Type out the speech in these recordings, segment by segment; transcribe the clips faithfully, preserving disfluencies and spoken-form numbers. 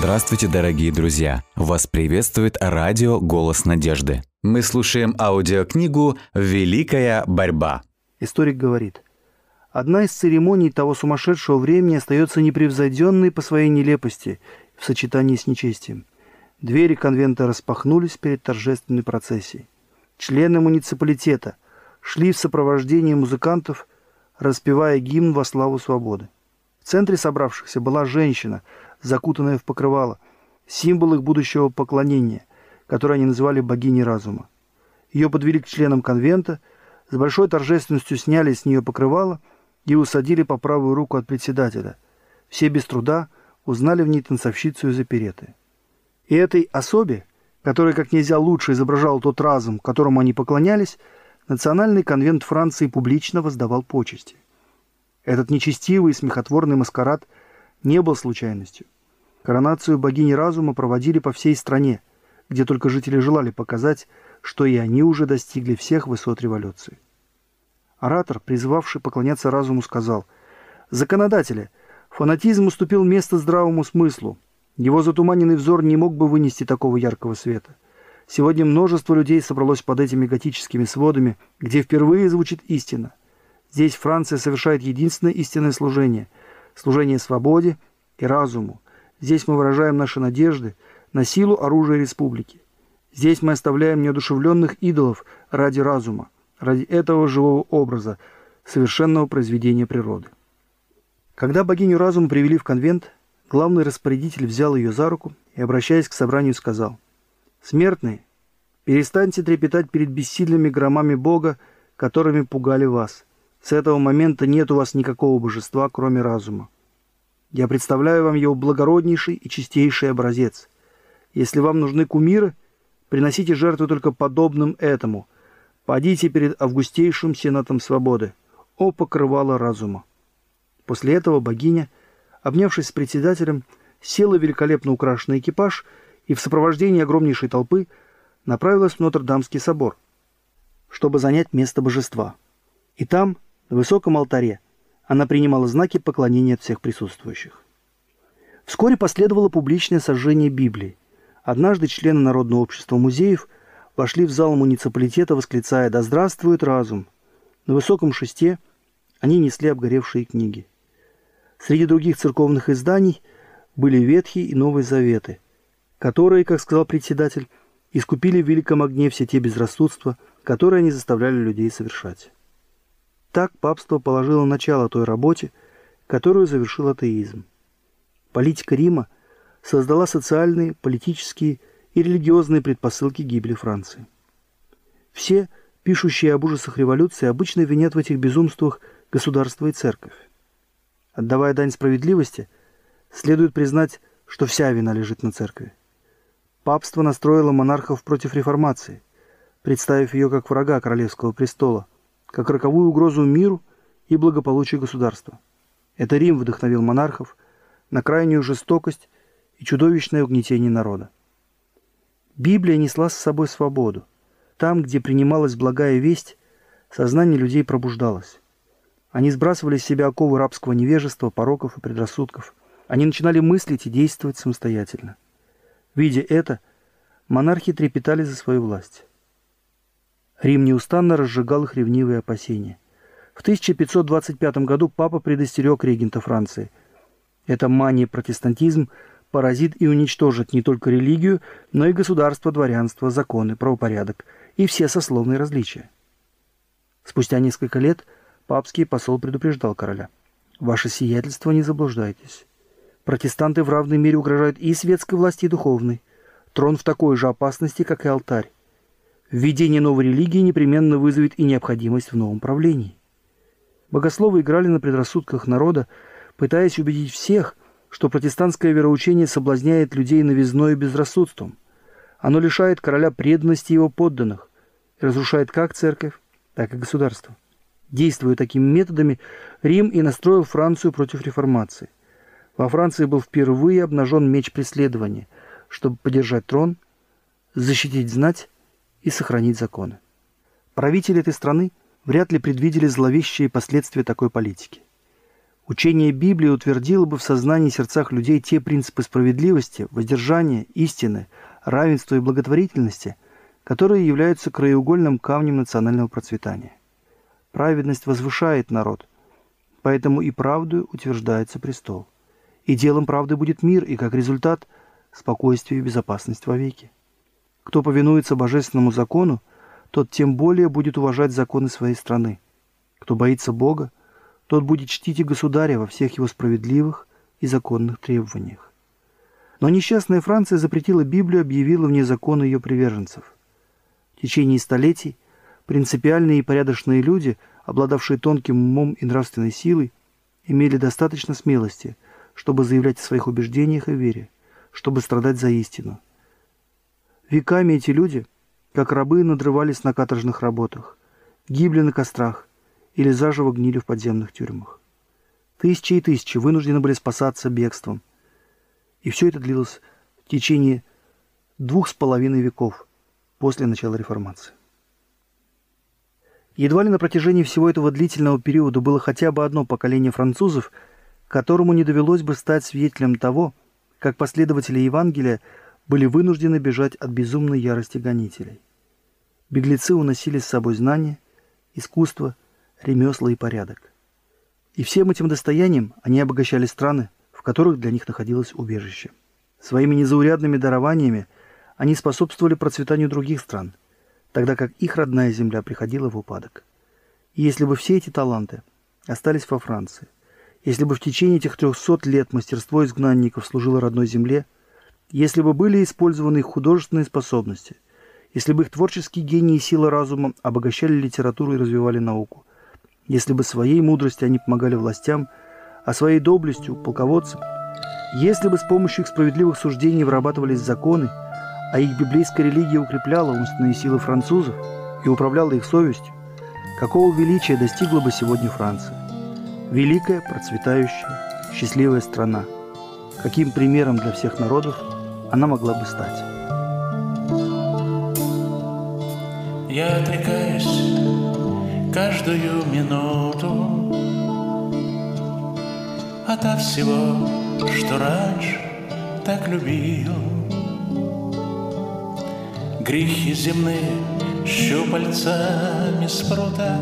Здравствуйте, дорогие друзья! Вас приветствует радио «Голос надежды». Мы слушаем аудиокнигу «Великая борьба». Историк говорит: одна из церемоний того сумасшедшего времени остается непревзойденной по своей нелепости в сочетании с нечестием. Двери конвента распахнулись перед торжественной процессией. Члены муниципалитета шли в сопровождении музыкантов, распевая гимн во славу свободы. В центре собравшихся была женщина, закутанная в покрывало, символ их будущего поклонения, которое они называли богиней разума. Ее подвели к членам конвента, с большой торжественностью сняли с нее покрывало и усадили по правую руку от председателя. Все без труда узнали в ней танцовщицу из оперетты. И этой особе, которая как нельзя лучше изображала тот разум, которому они поклонялись, Национальный конвент Франции публично воздавал почести. Этот нечестивый и смехотворный маскарад не был случайностью. Коронацию богини разума проводили по всей стране, где только жители желали показать, что и они уже достигли всех высот революции. Оратор, призывавший поклоняться разуму, сказал: «Законодатели, фанатизм уступил место здравому смыслу. Его затуманенный взор не мог бы вынести такого яркого света. Сегодня множество людей собралось под этими готическими сводами, где впервые звучит истина. Здесь Франция совершает единственное истинное служение – служение свободе и разуму. Здесь мы выражаем наши надежды на силу оружия республики. Здесь мы оставляем неодушевленных идолов ради разума, ради этого живого образа, совершенного произведения природы». Когда богиню разума привели в конвент, главный распорядитель взял ее за руку и, обращаясь к собранию, сказал: «Смертные, перестаньте трепетать перед бессильными громами Бога, которыми пугали вас. С этого момента нет у вас никакого божества, кроме разума. Я представляю вам его благороднейший и чистейший образец. Если вам нужны кумиры, приносите жертвы только подобным этому. Падите перед августейшим сенатом свободы. О, покрывало разума!» После этого богиня, обнявшись с председателем, села в великолепно украшенный экипаж и в сопровождении огромнейшей толпы направилась в Нотр-Дамский собор, чтобы занять место божества. И там, на высоком алтаре, она принимала знаки поклонения от всех присутствующих. Вскоре последовало публичное сожжение Библии. Однажды члены Народного общества музеев вошли в зал муниципалитета, восклицая: «Да здравствует разум!». На высоком шесте они несли обгоревшие книги. Среди других церковных изданий были Ветхий и Новый Заветы, которые, как сказал председатель, искупили в великом огне все те безрассудства, которые они заставляли людей совершать. Так папство положило начало той работе, которую завершил атеизм. Политика Рима создала социальные, политические и религиозные предпосылки гибели Франции. Все, пишущие об ужасах революции, обычно винят в этих безумствах государство и церковь. Отдавая дань справедливости, следует признать, что вся вина лежит на церкви. Папство настроило монархов против реформации, представив ее как врага королевского престола, как роковую угрозу миру и благополучию государства. Это Рим вдохновил монархов на крайнюю жестокость и чудовищное угнетение народа. Библия несла с собой свободу. Там, где принималась благая весть, сознание людей пробуждалось. Они сбрасывали с себя оковы рабского невежества, пороков и предрассудков. Они начинали мыслить и действовать самостоятельно. Видя это, монархи трепетали за свою власть. Рим неустанно разжигал их ревнивые опасения. В тысяча пятьсот двадцать пятом году папа предостерег регента Франции: «Эта мания протестантизм поразит и уничтожит не только религию, но и государство, дворянство, законы, правопорядок и все сословные различия». Спустя несколько лет папский посол предупреждал короля: «Ваше сиятельство, не заблуждайтесь. Протестанты в равной мере угрожают и светской власти, и духовной. Трон в такой же опасности, как и алтарь. Введение новой религии непременно вызовет и необходимость в новом правлении». Богословы играли на предрассудках народа, пытаясь убедить всех, что протестантское вероучение соблазняет людей новизной и безрассудством. Оно лишает короля преданности его подданных и разрушает как церковь, так и государство. Действуя такими методами, Рим и настроил Францию против реформации. Во Франции был впервые обнажен меч преследования, чтобы поддержать трон, защитить знать и сохранить законы. Правители этой страны вряд ли предвидели зловещие последствия такой политики. Учение Библии утвердило бы в сознании и сердцах людей те принципы справедливости, воздержания, истины, равенства и благотворительности, которые являются краеугольным камнем национального процветания. Праведность возвышает народ, поэтому и правдою утверждается престол. И делом правды будет мир, и как результат – спокойствие и безопасность вовеки. Кто повинуется божественному закону, тот тем более будет уважать законы своей страны. Кто боится Бога, тот будет чтить и государя во всех его справедливых и законных требованиях. Но несчастная Франция запретила Библию, объявила вне закона ее приверженцев. В течение столетий принципиальные и порядочные люди, обладавшие тонким умом и нравственной силой, имели достаточно смелости, чтобы заявлять о своих убеждениях и вере, чтобы страдать за истину. Веками эти люди, как рабы, надрывались на каторжных работах, гибли на кострах или заживо гнили в подземных тюрьмах. Тысячи и тысячи вынуждены были спасаться бегством. И все это длилось в течение двух с половиной веков после начала реформации. Едва ли на протяжении всего этого длительного периода было хотя бы одно поколение французов, которому не довелось бы стать свидетелем того, как последователи Евангелия были вынуждены бежать от безумной ярости гонителей. Беглецы уносили с собой знания, искусство, ремесла и порядок. И всем этим достоянием они обогащали страны, в которых для них находилось убежище. Своими незаурядными дарованиями они способствовали процветанию других стран, тогда как их родная земля приходила в упадок. И если бы все эти таланты остались во Франции, если бы в течение этих трехсот лет мастерство изгнанников служило родной земле, если бы были использованы их художественные способности, если бы их творческие гении и сила разума обогащали литературу и развивали науку, если бы своей мудростью они помогали властям, а своей доблестью – полководцам, если бы с помощью их справедливых суждений вырабатывались законы, а их библейская религия укрепляла умственные силы французов и управляла их совестью, какого величия достигла бы сегодня Франция? Великая, процветающая, счастливая страна. Каким примером для всех народов она могла бы стать? Я отрекаюсь каждую минуту ото всего, что раньше так любил. Грехи земные щупальцами спрута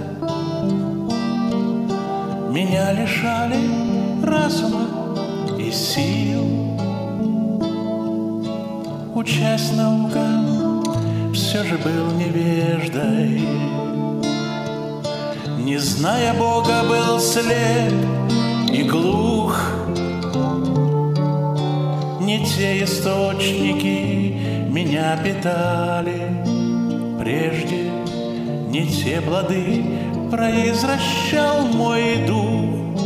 меня лишали разума и сил. Учась наукам, все же был невеждой. Не зная Бога, был слеп и глух. Не те источники меня питали прежде, не те плоды произвращал мой дух.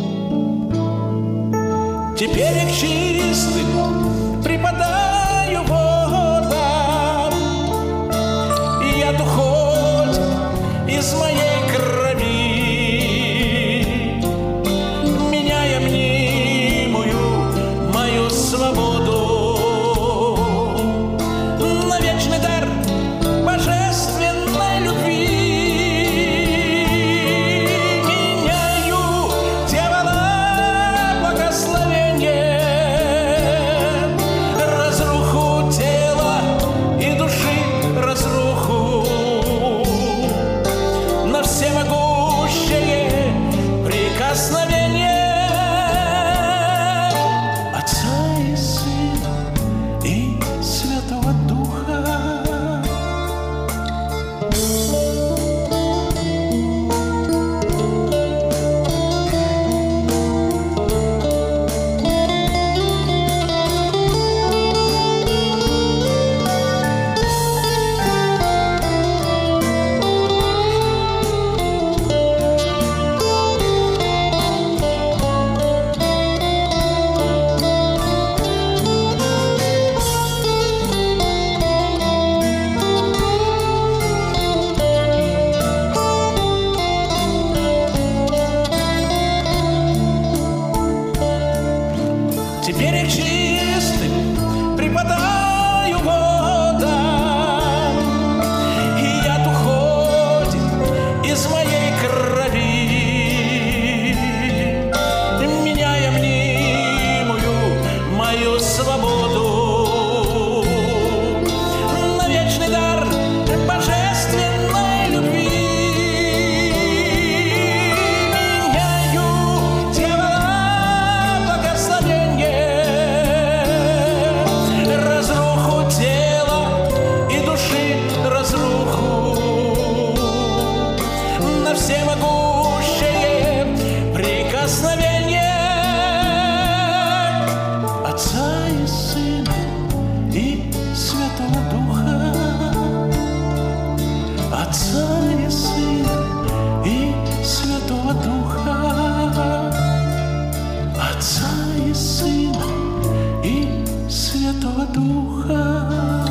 Теперь я к чистым припадаю водам, и я хоть из моей крови, меняя мнимую мою свободу на вечный дар божественной любви. Разрушаю всемогущее прикосновение Отца и Сына и Святого Духа, Отца и Сына и Святого Духа, Отца и Сына и Святого Духа.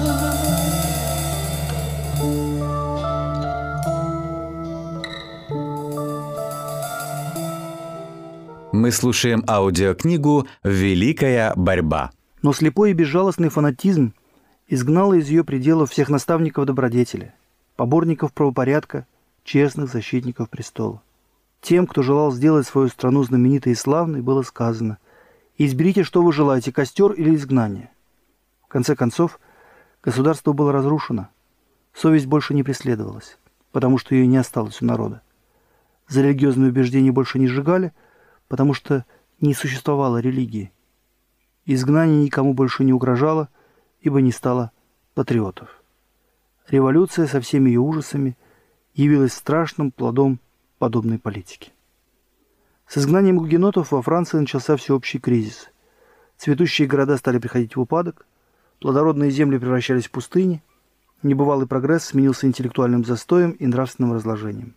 Мы слушаем аудиокнигу «Великая борьба». Но слепой и безжалостный фанатизм изгнал из ее пределов всех наставников добродетели, поборников правопорядка, честных защитников престола. Тем, кто желал сделать свою страну знаменитой и славной, было сказано: «Изберите, что вы желаете, костер или изгнание». В конце концов, государство было разрушено, совесть больше не преследовалась, потому что ее не осталось у народа. За религиозные убеждения больше не сжигали, потому что не существовало религии. Изгнание никому больше не угрожало, ибо не стало патриотов. Революция со всеми ее ужасами явилась страшным плодом подобной политики. С изгнанием гугенотов во Франции начался всеобщий кризис. Цветущие города стали приходить в упадок, плодородные земли превращались в пустыни, небывалый прогресс сменился интеллектуальным застоем и нравственным разложением.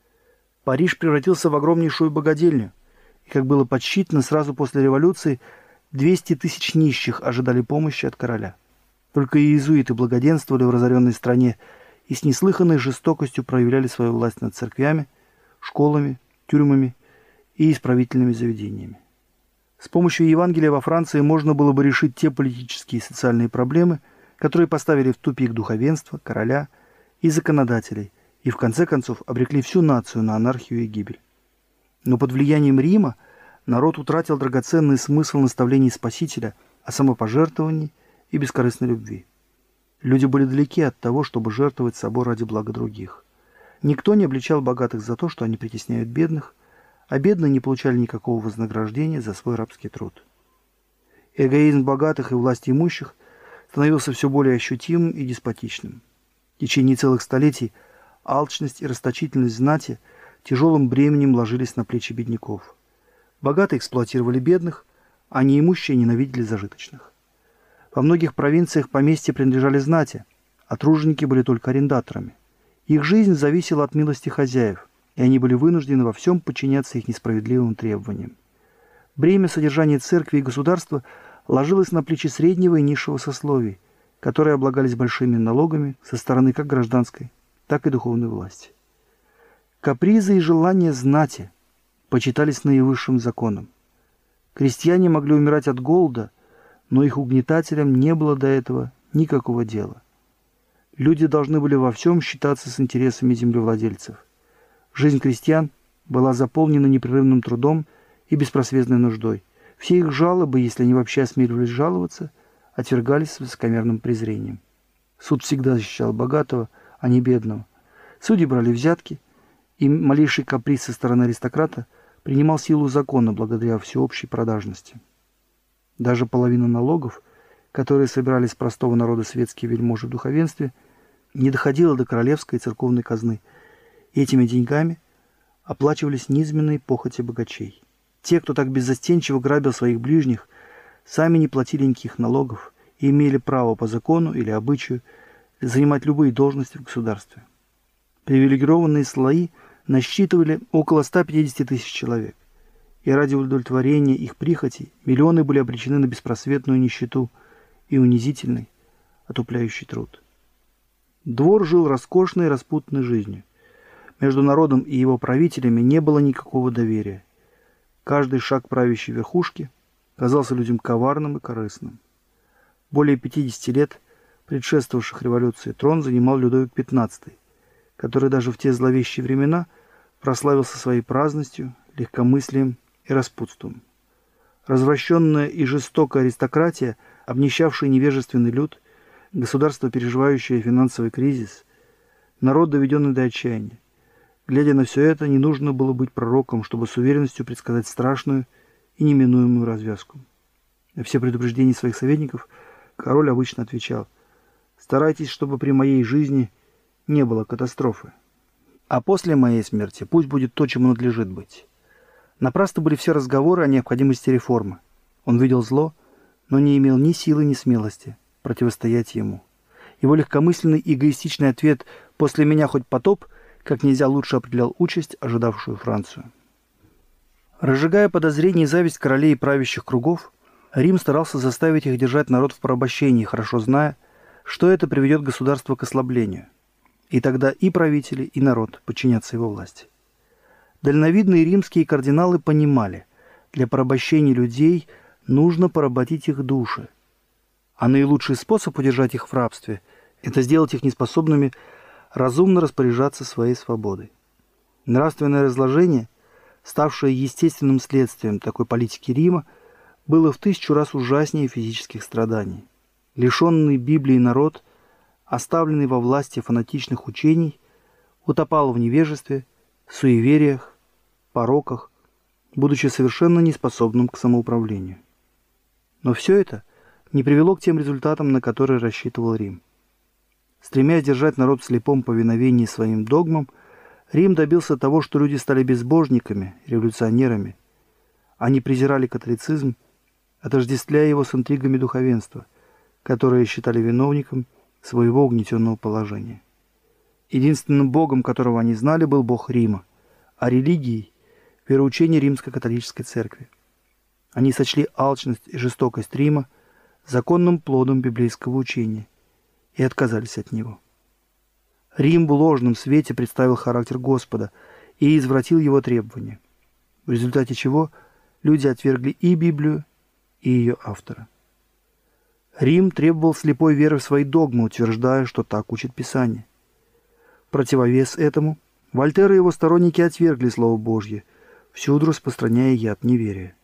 Париж превратился в огромнейшую богадельню, и, как было подсчитано, сразу после революции двести тысяч нищих ожидали помощи от короля. Только иезуиты благоденствовали в разоренной стране и с неслыханной жестокостью проявляли свою власть над церквями, школами, тюрьмами и исправительными заведениями. С помощью Евангелия во Франции можно было бы решить те политические и социальные проблемы, которые поставили в тупик духовенство, короля и законодателей, и в конце концов обрекли всю нацию на анархию и гибель. Но под влиянием Рима народ утратил драгоценный смысл наставлений Спасителя о самопожертвовании и бескорыстной любви. Люди были далеки от того, чтобы жертвовать собой ради блага других. Никто не обличал богатых за то, что они притесняют бедных, а бедные не получали никакого вознаграждения за свой рабский труд. Эгоизм богатых и власть имущих становился все более ощутимым и деспотичным. В течение целых столетий алчность и расточительность знати тяжелым бременем ложились на плечи бедняков. Богатые эксплуатировали бедных, а неимущие ненавидели зажиточных. Во многих провинциях поместья принадлежали знати, а труженики были только арендаторами. Их жизнь зависела от милости хозяев, и они были вынуждены во всем подчиняться их несправедливым требованиям. Бремя содержания церкви и государства ложилось на плечи среднего и низшего сословий, которые облагались большими налогами со стороны как гражданской, так и духовной власти. Капризы и желания знати почитались наивысшим законом. Крестьяне могли умирать от голода, но их угнетателям не было до этого никакого дела. Люди должны были во всем считаться с интересами землевладельцев. Жизнь крестьян была заполнена непрерывным трудом и беспросветной нуждой. Все их жалобы, если они вообще осмеливались жаловаться, отвергались с высокомерным презрением. Суд всегда защищал богатого, а не бедного. Судьи брали взятки, и малейший каприз со стороны аристократа принимал силу закона благодаря всеобщей продажности. Даже половина налогов, которые собирались с простого народа светские вельможи в духовенстве, не доходила до королевской и церковной казны, и этими деньгами оплачивались низменные похоти богачей. Те, кто так беззастенчиво грабил своих ближних, сами не платили никаких налогов и имели право по закону или обычаю занимать любые должности в государстве. Привилегированные слои насчитывали около ста пятидесяти тысяч человек, и ради удовлетворения их прихотей миллионы были обречены на беспросветную нищету и унизительный, отупляющий труд. Двор жил роскошной и распутной жизнью. Между народом и его правителями не было никакого доверия. Каждый шаг правящей верхушки казался людям коварным и корыстным. Более пятидесяти лет, предшествовавших революции, трон занимал Людовик пятнадцатый, который даже в те зловещие времена прославился своей праздностью, легкомыслием и распутством. Развращенная и жестокая аристократия, обнищавший невежественный люд, государство, переживающее финансовый кризис, народ, доведенный до отчаяния. Глядя на все это, не нужно было быть пророком, чтобы с уверенностью предсказать страшную и неминуемую развязку. На все предупреждения своих советников король обычно отвечал: «Старайтесь, чтобы при моей жизни не было катастрофы». А после моей смерти пусть будет то, чему надлежит быть. Напрасно были все разговоры о необходимости реформы. Он видел зло, но не имел ни силы, ни смелости противостоять ему. Его легкомысленный и эгоистичный ответ «после меня хоть потоп» как нельзя лучше определял участь, ожидавшую Францию. Разжигая подозрения и зависть королей и правящих кругов, Рим старался заставить их держать народ в порабощении, хорошо зная, что это приведет государство к ослаблению. И тогда и правители, и народ подчинятся его власти. Дальновидные римские кардиналы понимали, для порабощения людей нужно поработить их души. А наилучший способ удержать их в рабстве – это сделать их неспособными разумно распоряжаться своей свободой. Нравственное разложение, ставшее естественным следствием такой политики Рима, было в тысячу раз ужаснее физических страданий. Лишенный Библии народ, оставленный во власти фанатичных учений, утопал в невежестве, суевериях, пороках, будучи совершенно неспособным к самоуправлению. Но все это не привело к тем результатам, на которые рассчитывал Рим. Стремясь держать народ в слепом повиновении своим догмам, Рим добился того, что люди стали безбожниками, революционерами. Они презирали католицизм, отождествляя его с интригами духовенства, которое считали виновником своего угнетенного положения. Единственным богом, которого они знали, был бог Рима, а религией – вероучение римско-католической церкви. Они сочли алчность и жестокость Рима законным плодом библейского учения и отказались от него. Рим в ложном свете представил характер Господа и извратил его требования, в результате чего люди отвергли и Библию, и ее автора. Рим требовал слепой веры в свои догмы, утверждая, что так учит Писание. В противовес этому Вольтер и его сторонники отвергли Слово Божье, всюду распространяя яд неверия.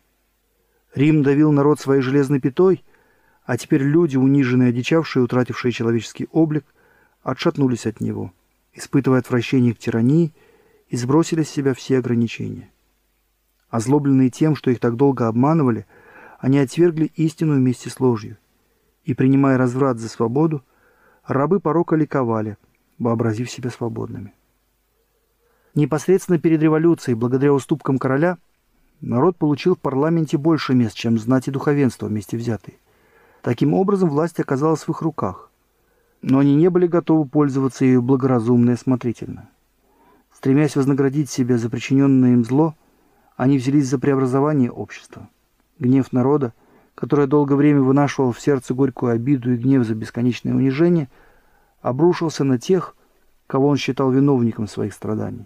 Рим давил народ своей железной пятой, а теперь люди, униженные, одичавшие, утратившие человеческий облик, отшатнулись от него, испытывая отвращение к тирании, и сбросили с себя все ограничения. Озлобленные тем, что их так долго обманывали, они отвергли истину вместе с ложью, и, принимая разврат за свободу, рабы порока ликовали, вообразив себя свободными. Непосредственно перед революцией, благодаря уступкам короля, народ получил в парламенте больше мест, чем знать и духовенство вместе взятые. Таким образом, власть оказалась в их руках. Но они не были готовы пользоваться ею благоразумно и осмотрительно. Стремясь вознаградить себя за причиненное им зло, они взялись за преобразование общества. Гнев народа, который долгое время вынашивал в сердце горькую обиду и гнев за бесконечное унижение, обрушился на тех, кого он считал виновником своих страданий.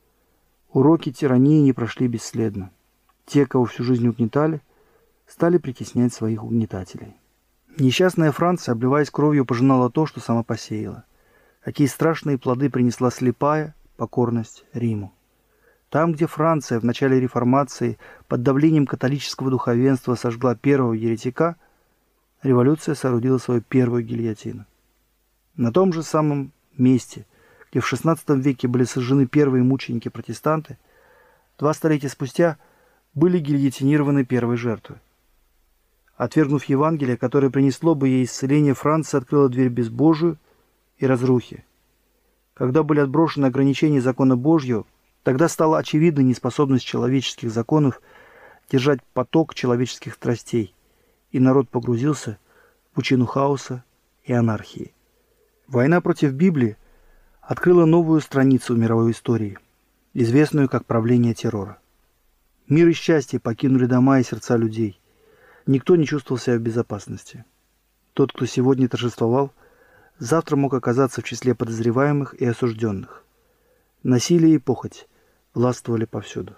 Уроки тирании не прошли бесследно. Те, кого всю жизнь угнетали, стали притеснять своих угнетателей. Несчастная Франция, обливаясь кровью, пожинала то, что сама посеяла. Какие страшные плоды принесла слепая покорность Риму. Там, где Франция в начале реформации под давлением католического духовенства сожгла первого еретика, революция соорудила свою первую гильотину. На том же самом месте, где в шестнадцатом веке были сожжены первые мученики-протестанты, два столетия спустя были гильотинированы первые жертвы. Отвергнув Евангелие, которое принесло бы ей исцеление, Франция открыла дверь безбожию и разрухи. Когда были отброшены ограничения закона Божьего, тогда стала очевидна неспособность человеческих законов держать поток человеческих страстей, и народ погрузился в пучину хаоса и анархии. Война против Библии открыла новую страницу в мировой истории, известную как правление террора. Мир и счастье покинули дома и сердца людей. Никто не чувствовал себя в безопасности. Тот, кто сегодня торжествовал, завтра мог оказаться в числе подозреваемых и осужденных. Насилие и похоть властвовали повсюду.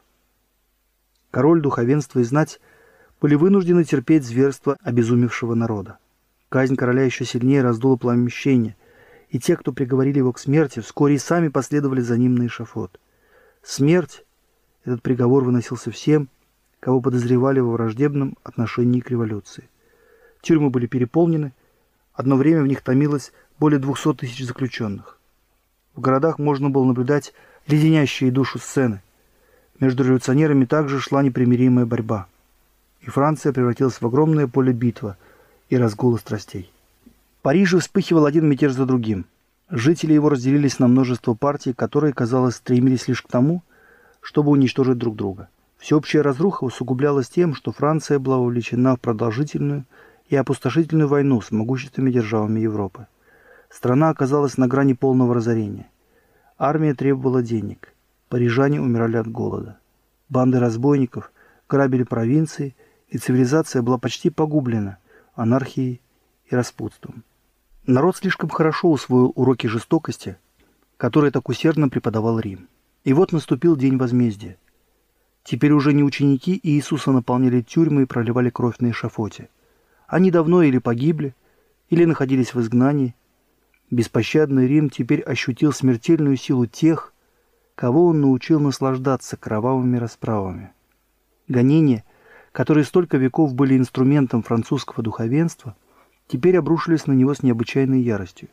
Король, духовенство и знать были вынуждены терпеть зверство обезумевшего народа. Казнь короля еще сильнее раздула пламя мщения, и те, кто приговорили его к смерти, вскоре и сами последовали за ним на эшафот. Смерть, этот приговор выносился всем, кого подозревали во враждебном отношении к революции. Тюрьмы были переполнены, одно время в них томилось более двухсот тысяч заключенных. В городах можно было наблюдать леденящие душу сцены. Между революционерами также шла непримиримая борьба. И Франция превратилась в огромное поле битвы и разгула страстей. В Париже вспыхивал один мятеж за другим. Жители его разделились на множество партий, которые, казалось, стремились лишь к тому, чтобы уничтожить друг друга. Всеобщая разруха усугублялась тем, что Франция была увлечена в продолжительную и опустошительную войну с могущественными державами Европы. Страна оказалась на грани полного разорения. Армия требовала денег. Парижане умирали от голода. Банды разбойников грабили провинции, и цивилизация была почти погублена анархией и распутством. Народ слишком хорошо усвоил уроки жестокости, которые так усердно преподавал Рим. И вот наступил день возмездия. Теперь уже не ученики Иисуса наполняли тюрьмы и проливали кровь на эшафоте. Они давно или погибли, или находились в изгнании. Беспощадный Рим теперь ощутил смертельную силу тех, кого он научил наслаждаться кровавыми расправами. Гонения, которые столько веков были инструментом французского духовенства, теперь обрушились на него с необычайной яростью.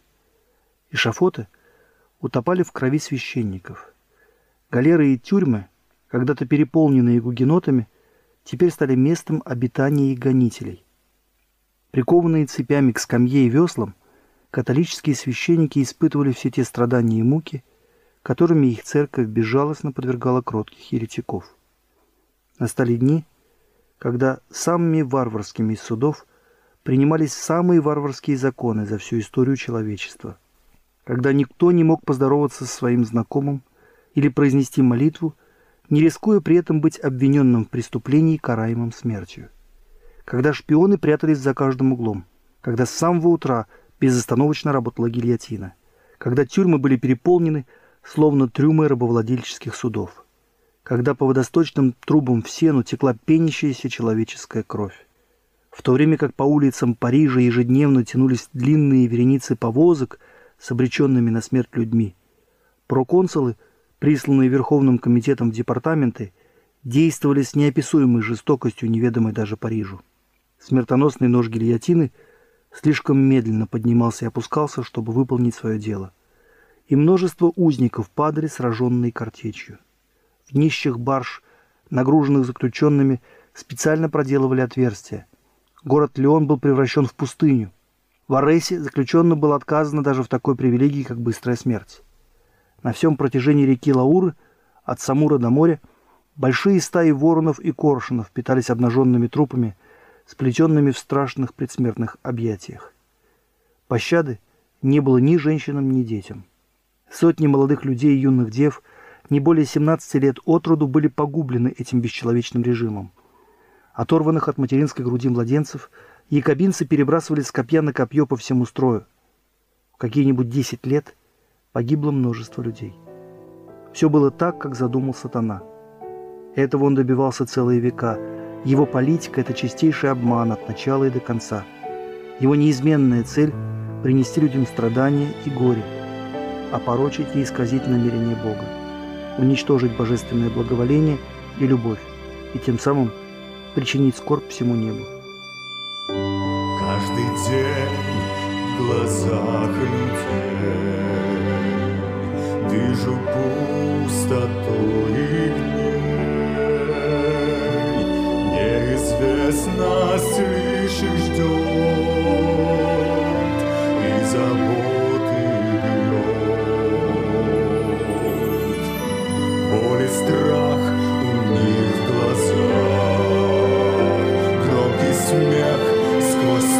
Эшафоты утопали в крови священников. Галеры и тюрьмы, когда-то переполненные гугенотами, теперь стали местом обитания их гонителей. Прикованные цепями к скамье и веслам, католические священники испытывали все те страдания и муки, которыми их церковь безжалостно подвергала кротких еретиков. Настали дни, когда самыми варварскими из судов принимались самые варварские законы за всю историю человечества, когда никто не мог поздороваться со своим знакомым или произнести молитву, не рискуя при этом быть обвиненным в преступлении, караемым смертью, когда шпионы прятались за каждым углом, когда с самого утра безостановочно работала гильотина, когда тюрьмы были переполнены, словно трюмы рабовладельческих судов, когда по водосточным трубам в сену текла пенящаяся человеческая кровь, в то время как по улицам Парижа ежедневно тянулись длинные вереницы повозок с обреченными на смерть людьми. Проконсулы, присланные Верховным комитетом в департаменты, действовали с неописуемой жестокостью, неведомой даже Парижу. Смертоносный нож гильотины слишком медленно поднимался и опускался, чтобы выполнить свое дело. И множество узников падали, сраженные картечью. В днищах барж, нагруженных заключенными, специально проделывали отверстия. Город Лион был превращен в пустыню. В Аресе заключенным было отказано даже в такой привилегии, как быстрая смерть. На всем протяжении реки Лауры, от Самура до моря, большие стаи воронов и коршунов питались обнаженными трупами, сплетенными в страшных предсмертных объятиях. Пощады не было ни женщинам, ни детям. Сотни молодых людей и юных дев, не более семнадцати лет от роду, были погублены этим бесчеловечным режимом. Оторванных от материнской груди младенцев якобинцы перебрасывали с копья на копье по всему строю. В какие-нибудь десять лет погибло множество людей. Все было так, как задумал сатана. Этого он добивался целые века. Его политика – это чистейший обман от начала и до конца. Его неизменная цель – принести людям страдания и горе, опорочить и исказить намерение Бога, уничтожить божественное благоволение и любовь, и тем самым причинить скорбь всему небу. Каждый день в глазах людей вижу пустоту их дней. Неизвестность лишь их ждет, и заботы гнет. Боль и страх у них в глазах, громкий смех сквозь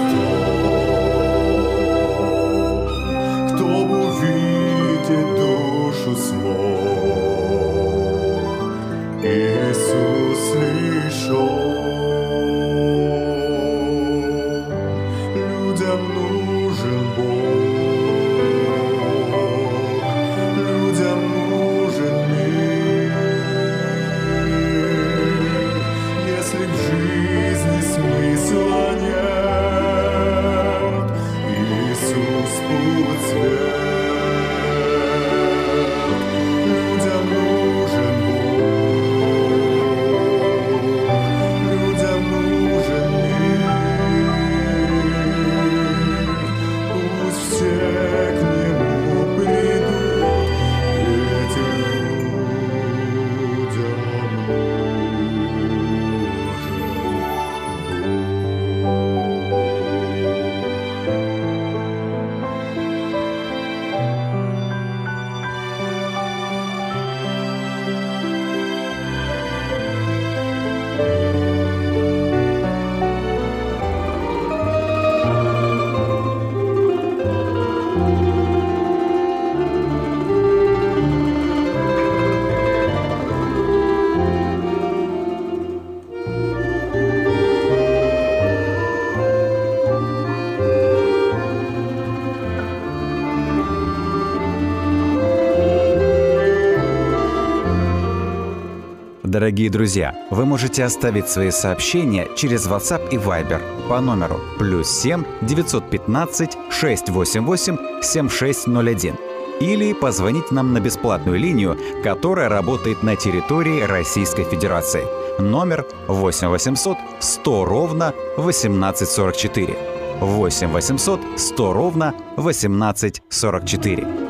стон. Кто увидит душу смог, Иисус лишь Он. Людям нужен Бог, людям нужен мир. Если в жизни смысла нет, Иисус путь свет. Людям нужен Бог, Дорогие друзья, вы можете оставить свои сообщения через WhatsApp и Viber по номеру плюс семь девятьсот пятнадцать шестьсот восемьдесят восемь семьдесят шесть ноль один или позвонить нам на бесплатную линию, которая работает на территории Российской Федерации. Номер восемь восемьсот сто ровно восемнадцать сорок четыре. восемь восемьсот сто ровно восемнадцать сорок четыре.